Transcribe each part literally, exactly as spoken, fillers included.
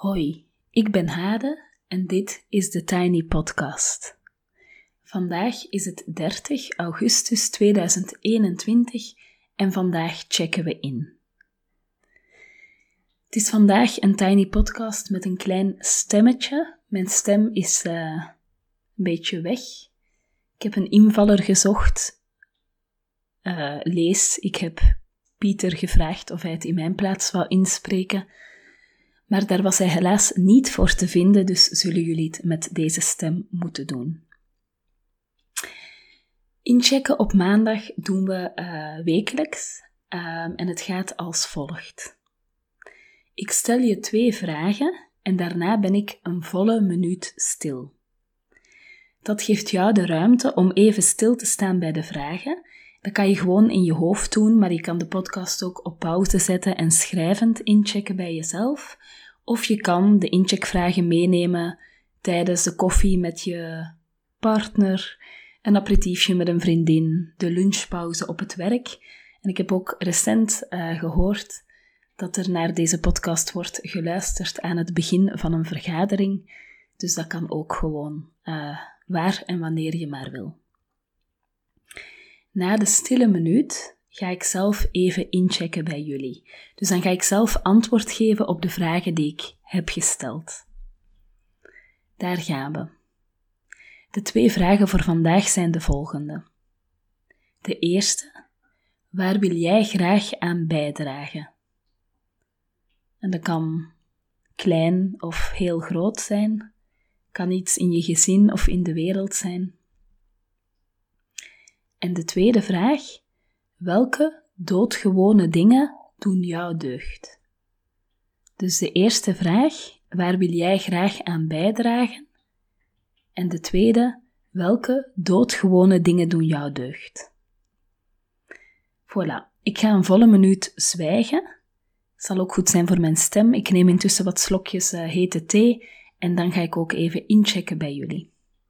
Hoi, ik ben Hade en dit is de Tiny Podcast. Vandaag is het dertig augustus tweeduizend eenentwintig en vandaag checken we in. Het is vandaag een Tiny Podcast met een klein stemmetje. Mijn stem is uh, een beetje weg. Ik heb een invaller gezocht. Uh, lees, ik heb Pieter gevraagd of hij het in mijn plaats wou inspreken. Maar daar was hij helaas niet voor te vinden, dus zullen jullie het met deze stem moeten doen. Inchecken op maandag doen we uh, wekelijks uh, en het gaat als volgt. Ik stel je twee vragen en daarna ben ik een volle minuut stil. Dat geeft jou de ruimte om even stil te staan bij de vragen. Dat kan je gewoon in je hoofd doen, maar je kan de podcast ook op pauze zetten en schrijvend inchecken bij jezelf. Of je kan de incheckvragen meenemen tijdens de koffie met je partner, een aperitiefje met een vriendin, de lunchpauze op het werk. En ik heb ook recent uh, gehoord dat er naar deze podcast wordt geluisterd aan het begin van een vergadering. Dus dat kan ook gewoon uh, waar en wanneer je maar wil. Na de stille minuut ga ik zelf even inchecken bij jullie. Dus dan ga ik zelf antwoord geven op de vragen die ik heb gesteld. Daar gaan we. De twee vragen voor vandaag zijn de volgende. De eerste, waar wil jij graag aan bijdragen? En dat kan klein of heel groot zijn, kan iets in je gezin of in de wereld zijn. En de tweede vraag, welke doodgewone dingen doen jou deugd? Dus de eerste vraag, waar wil jij graag aan bijdragen? En de tweede, welke doodgewone dingen doen jou deugd? Voilà, ik ga een volle minuut zwijgen. Het zal ook goed zijn voor mijn stem. Ik neem intussen wat slokjes uh, hete thee en dan ga ik ook even inchecken bij jullie.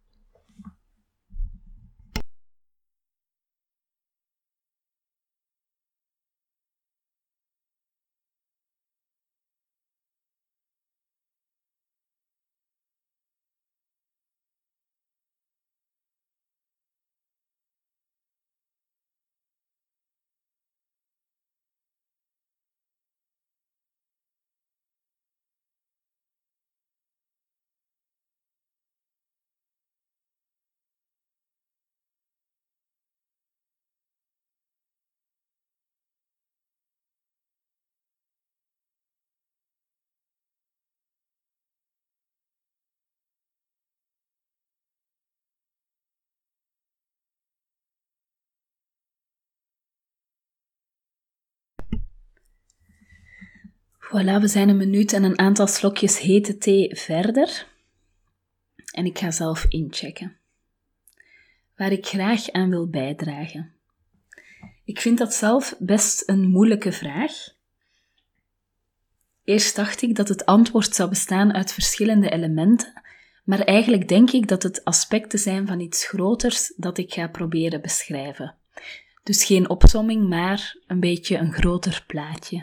Voilà, we zijn een minuut en een aantal slokjes hete thee verder. En ik ga zelf inchecken. Waar ik graag aan wil bijdragen. Ik vind dat zelf best een moeilijke vraag. Eerst dacht ik dat het antwoord zou bestaan uit verschillende elementen, maar eigenlijk denk ik dat het aspecten zijn van iets groters dat ik ga proberen beschrijven. Dus geen opsomming, maar een beetje een groter plaatje.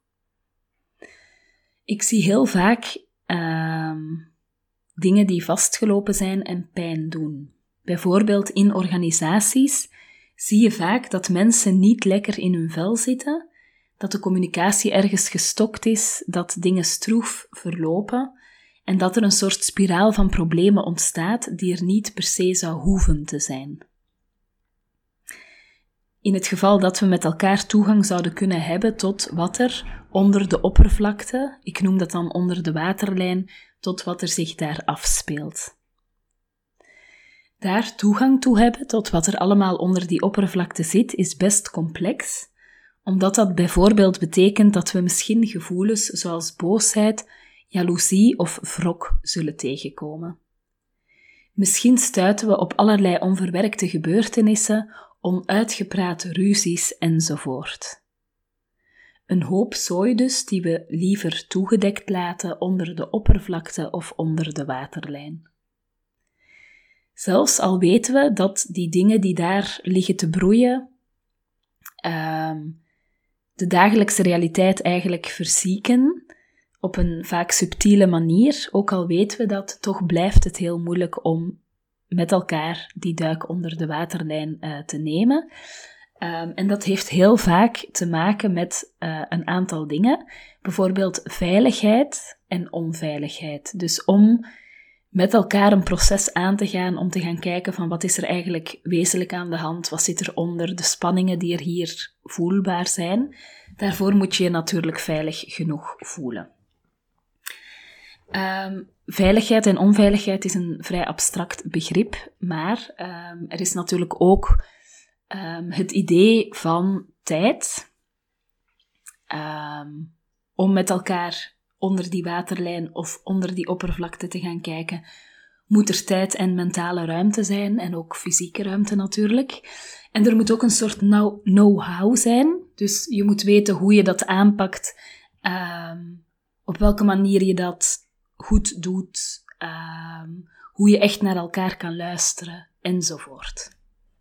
Ik zie heel vaak uh, dingen die vastgelopen zijn en pijn doen. Bijvoorbeeld in organisaties zie je vaak dat mensen niet lekker in hun vel zitten, dat de communicatie ergens gestokt is, dat dingen stroef verlopen en dat er een soort spiraal van problemen ontstaat die er niet per se zou hoeven te zijn. In het geval dat we met elkaar toegang zouden kunnen hebben tot wat er onder de oppervlakte, ik noem dat dan onder de waterlijn, tot wat er zich daar afspeelt. Daar toegang toe hebben tot wat er allemaal onder die oppervlakte zit, is best complex, omdat dat bijvoorbeeld betekent dat we misschien gevoelens zoals boosheid, jaloezie of wrok zullen tegenkomen. Misschien stuiten we op allerlei onverwerkte gebeurtenissen, onuitgeprate ruzies enzovoort. Een hoop zooi dus die we liever toegedekt laten onder de oppervlakte of onder de waterlijn. Zelfs al weten we dat die dingen die daar liggen te broeien, uh, de dagelijkse realiteit eigenlijk verzieken, op een vaak subtiele manier. Ook al weten we dat, toch blijft het heel moeilijk om met elkaar die duik onder de waterlijn uh, te nemen. Um, en dat heeft heel vaak te maken met uh, een aantal dingen. Bijvoorbeeld veiligheid en onveiligheid. Dus om met elkaar een proces aan te gaan, om te gaan kijken van wat is er eigenlijk wezenlijk aan de hand, wat zit er onder, de spanningen die er hier voelbaar zijn. Daarvoor moet je je natuurlijk veilig genoeg voelen. Um, veiligheid en onveiligheid is een vrij abstract begrip, maar um, er is natuurlijk ook um, het idee van tijd um, om met elkaar onder die waterlijn of onder die oppervlakte te gaan kijken. Moet er tijd en mentale ruimte zijn en ook fysieke ruimte natuurlijk. En er moet ook een soort know-how zijn, dus je moet weten hoe je dat aanpakt, um, op welke manier je dat goed doet, um, hoe je echt naar elkaar kan luisteren, enzovoort.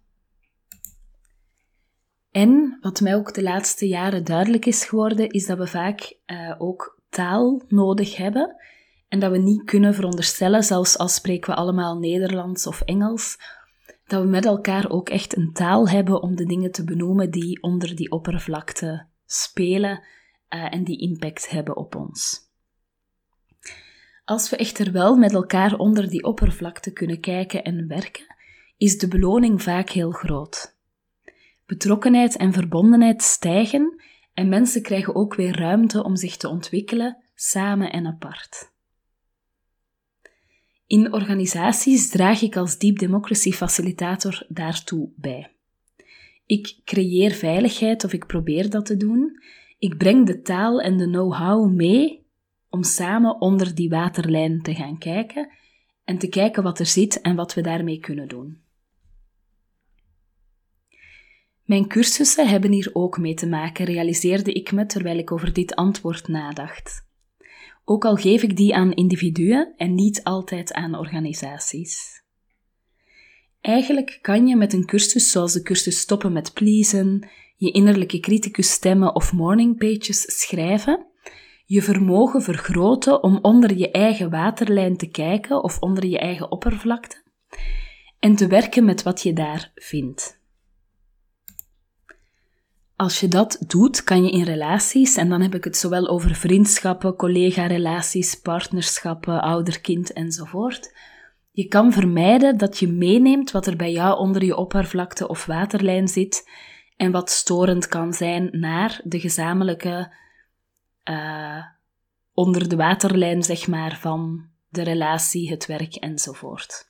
En wat mij ook de laatste jaren duidelijk is geworden, is dat we vaak uh, ook taal nodig hebben en dat we niet kunnen veronderstellen, zelfs al spreken we allemaal Nederlands of Engels, dat we met elkaar ook echt een taal hebben om de dingen te benoemen die onder die oppervlakte spelen uh, en die impact hebben op ons. Als we echter wel met elkaar onder die oppervlakte kunnen kijken en werken, is de beloning vaak heel groot. Betrokkenheid en verbondenheid stijgen en mensen krijgen ook weer ruimte om zich te ontwikkelen, samen en apart. In organisaties draag ik als Deep Democracy Facilitator daartoe bij. Ik creëer veiligheid of ik probeer dat te doen. Ik breng de taal en de know-how mee om samen onder die waterlijn te gaan kijken en te kijken wat er zit en wat we daarmee kunnen doen. Mijn cursussen hebben hier ook mee te maken, realiseerde ik me terwijl ik over dit antwoord nadacht. Ook al geef ik die aan individuen en niet altijd aan organisaties. Eigenlijk kan je met een cursus zoals de cursus Stoppen met Pleasen, je innerlijke criticus stemmen of morning pages schrijven, je vermogen vergroten om onder je eigen waterlijn te kijken of onder je eigen oppervlakte en te werken met wat je daar vindt. Als je dat doet, kan je in relaties, en dan heb ik het zowel over vriendschappen, collega-relaties, partnerschappen, ouder-kind enzovoort, je kan vermijden dat je meeneemt wat er bij jou onder je oppervlakte of waterlijn zit en wat storend kan zijn naar de gezamenlijke uh, onder de waterlijn, zeg maar, van de relatie, het werk enzovoort.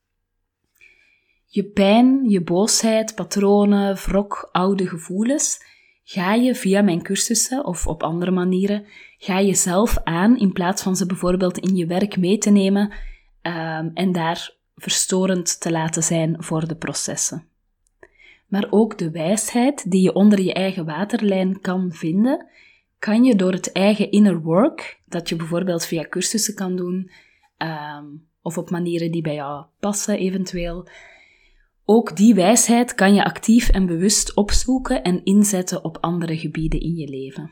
Je pijn, je boosheid, patronen, wrok, oude gevoelens, ga je via mijn cursussen of op andere manieren, ga je zelf aan in plaats van ze bijvoorbeeld in je werk mee te nemen um, en daar verstorend te laten zijn voor de processen. Maar ook de wijsheid die je onder je eigen waterlijn kan vinden, kan je door het eigen inner work, dat je bijvoorbeeld via cursussen kan doen, um, of op manieren die bij jou passen eventueel, ook die wijsheid kan je actief en bewust opzoeken en inzetten op andere gebieden in je leven.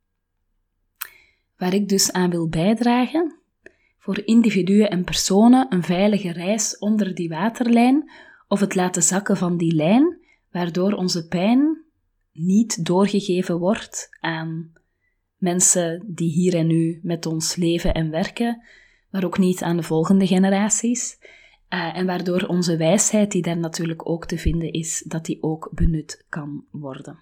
Waar ik dus aan wil bijdragen, voor individuen en personen een veilige reis onder die waterlijn of het laten zakken van die lijn, waardoor onze pijn niet doorgegeven wordt aan mensen die hier en nu met ons leven en werken, maar ook niet aan de volgende generaties. Uh, en waardoor onze wijsheid, die daar natuurlijk ook te vinden is, dat die ook benut kan worden.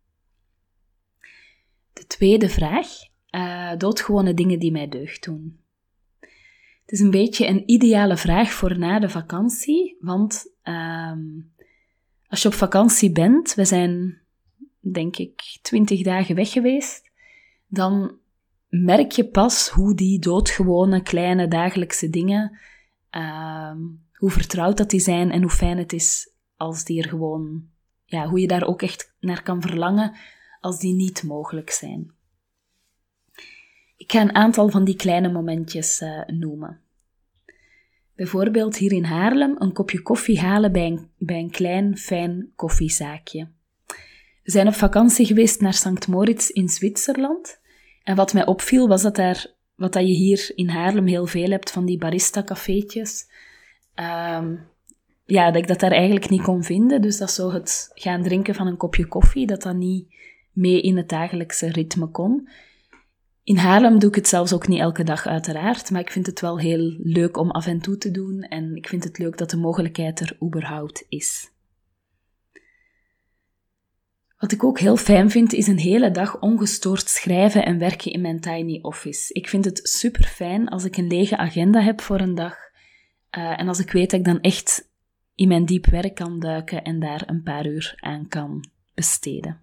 De tweede vraag, uh, doodgewone dingen die mij deugd doen. Het is een beetje een ideale vraag voor na de vakantie, want uh, als je op vakantie bent, we zijn denk ik twintig dagen weg geweest, dan merk je pas hoe die doodgewone kleine dagelijkse dingen, uh, hoe vertrouwd dat die zijn en hoe fijn het is als die er gewoon, ja, hoe je daar ook echt naar kan verlangen als die niet mogelijk zijn. Ik ga een aantal van die kleine momentjes uh, noemen. Bijvoorbeeld hier in Haarlem een kopje koffie halen bij een, bij een klein, fijn koffiezaakje. We zijn op vakantie geweest naar Sankt Moritz in Zwitserland. En wat mij opviel was dat daar wat dat je hier in Haarlem heel veel hebt, van die barista-cafeetjes. Um, ja, dat ik dat daar eigenlijk niet kon vinden. Dus dat zo het gaan drinken van een kopje koffie, dat dat niet mee in het dagelijkse ritme kon. In Haarlem doe ik het zelfs ook niet elke dag uiteraard, maar ik vind het wel heel leuk om af en toe te doen en ik vind het leuk dat de mogelijkheid er überhaupt is. Wat ik ook heel fijn vind, is een hele dag ongestoord schrijven en werken in mijn tiny office. Ik vind het super fijn als ik een lege agenda heb voor een dag uh, en als ik weet dat ik dan echt in mijn diep werk kan duiken en daar een paar uur aan kan besteden.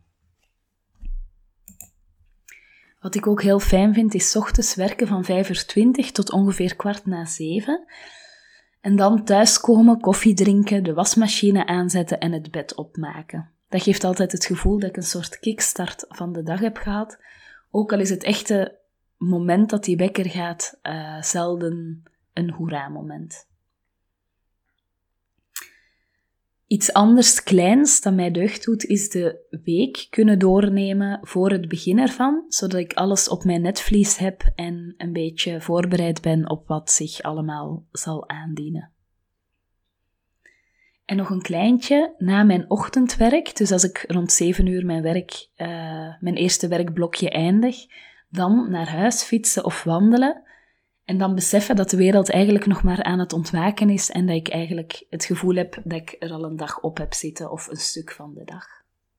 Wat ik ook heel fijn vind, is 's ochtends werken van vijf uur twintig tot ongeveer kwart na zeven. En dan thuiskomen, koffie drinken, de wasmachine aanzetten en het bed opmaken. Dat geeft altijd het gevoel dat ik een soort kickstart van de dag heb gehad. Ook al is het echte moment dat die wekker gaat uh, zelden een hoera-moment. Iets anders kleins dat mij deugd doet, is de week kunnen doornemen voor het begin ervan, zodat ik alles op mijn netvlies heb en een beetje voorbereid ben op wat zich allemaal zal aandienen. En nog een kleintje, na mijn ochtendwerk, dus als ik rond zeven uur mijn, werk, uh, mijn eerste werkblokje eindig, dan naar huis fietsen of wandelen. En dan beseffen dat de wereld eigenlijk nog maar aan het ontwaken is en dat ik eigenlijk het gevoel heb dat ik er al een dag op heb zitten of een stuk van de dag.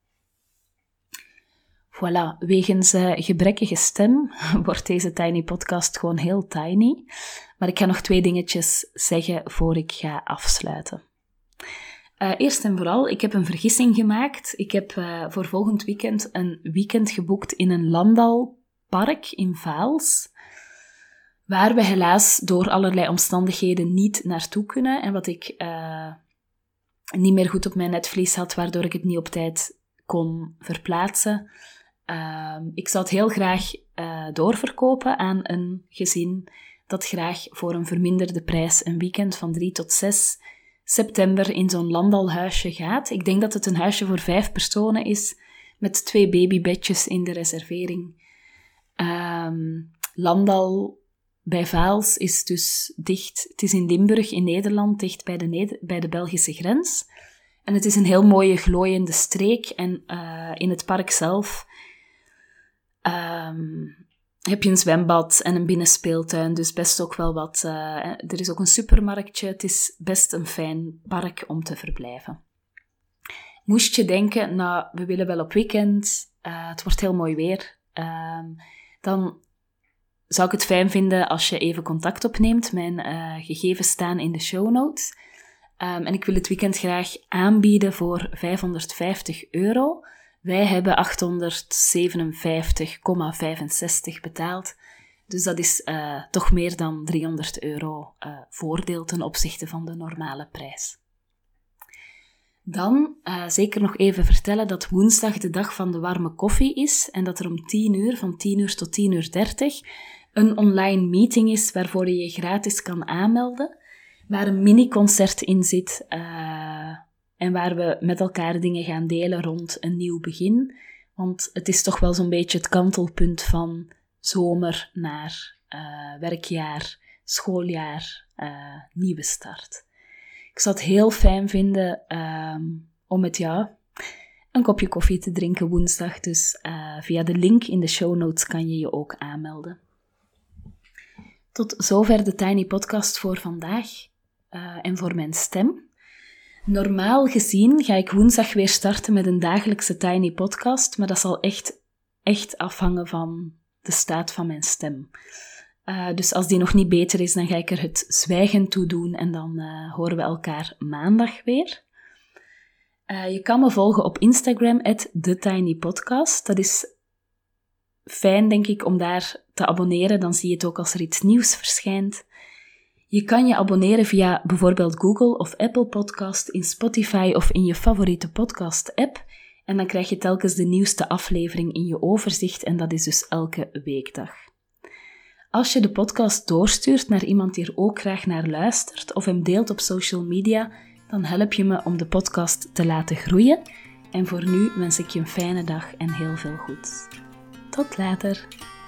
Voilà, wegens uh, gebrekkige stem wordt deze tiny podcast gewoon heel tiny. Maar ik ga nog twee dingetjes zeggen voor ik ga afsluiten. Uh, eerst en vooral, ik heb een vergissing gemaakt. Ik heb uh, voor volgend weekend een weekend geboekt in een landalpark in Vaals, waar we helaas door allerlei omstandigheden niet naartoe kunnen en wat ik uh, niet meer goed op mijn netvlies had, waardoor ik het niet op tijd kon verplaatsen. Uh, ik zou het heel graag uh, doorverkopen aan een gezin dat graag voor een verminderde prijs een weekend van drie tot zes september in zo'n landalhuisje gaat. Ik denk dat het een huisje voor vijf personen is, met twee babybedjes in de reservering. Um, Landal bij Vaals is dus dicht, het is in Limburg in Nederland, dicht bij de, Neder- bij de Belgische grens. En het is een heel mooie glooiende streek en uh, in het park zelf um, heb je een zwembad en een binnenspeeltuin, dus best ook wel wat. Uh, er is ook een supermarktje, het is best een fijn park om te verblijven. Moest je denken, nou, we willen wel op weekend, uh, het wordt heel mooi weer, uh, dan zou ik het fijn vinden als je even contact opneemt. Mijn uh, gegevens staan in de show notes. Um, en ik wil het weekend graag aanbieden voor vijfhonderdvijftig euro. Wij hebben achthonderdzevenenvijftig komma vijfenzestig betaald. Dus dat is uh, toch meer dan driehonderd euro uh, voordeel ten opzichte van de normale prijs. Dan uh, zeker nog even vertellen dat woensdag de dag van de warme koffie is en dat er om tien uur, van tien uur tot tien uur dertig, een online meeting is waarvoor je je gratis kan aanmelden, waar een mini-concert in zit uh, en waar we met elkaar dingen gaan delen rond een nieuw begin. Want het is toch wel zo'n beetje het kantelpunt van zomer naar uh, werkjaar, schooljaar, uh, nieuwe start. Ik zou het heel fijn vinden uh, om met jou een kopje koffie te drinken woensdag. Dus uh, via de link in de show notes kan je je ook aanmelden. Tot zover de Tiny Podcast voor vandaag uh, en voor mijn stem. Normaal gezien ga ik woensdag weer starten met een dagelijkse Tiny Podcast, maar dat zal echt, echt afhangen van de staat van mijn stem. Uh, dus als die nog niet beter is, dan ga ik er het zwijgen toe doen en dan uh, horen we elkaar maandag weer. Uh, je kan me volgen op Instagram, at thetinypodcast. Dat is fijn, denk ik, om daar te abonneren. Dan zie je het ook als er iets nieuws verschijnt. Je kan je abonneren via bijvoorbeeld Google of Apple Podcast, in Spotify of in je favoriete podcast-app. En dan krijg je telkens de nieuwste aflevering in je overzicht en dat is dus elke weekdag. Als je de podcast doorstuurt naar iemand die er ook graag naar luistert of hem deelt op social media, dan help je me om de podcast te laten groeien. En voor nu wens ik je een fijne dag en heel veel goeds. Tot later!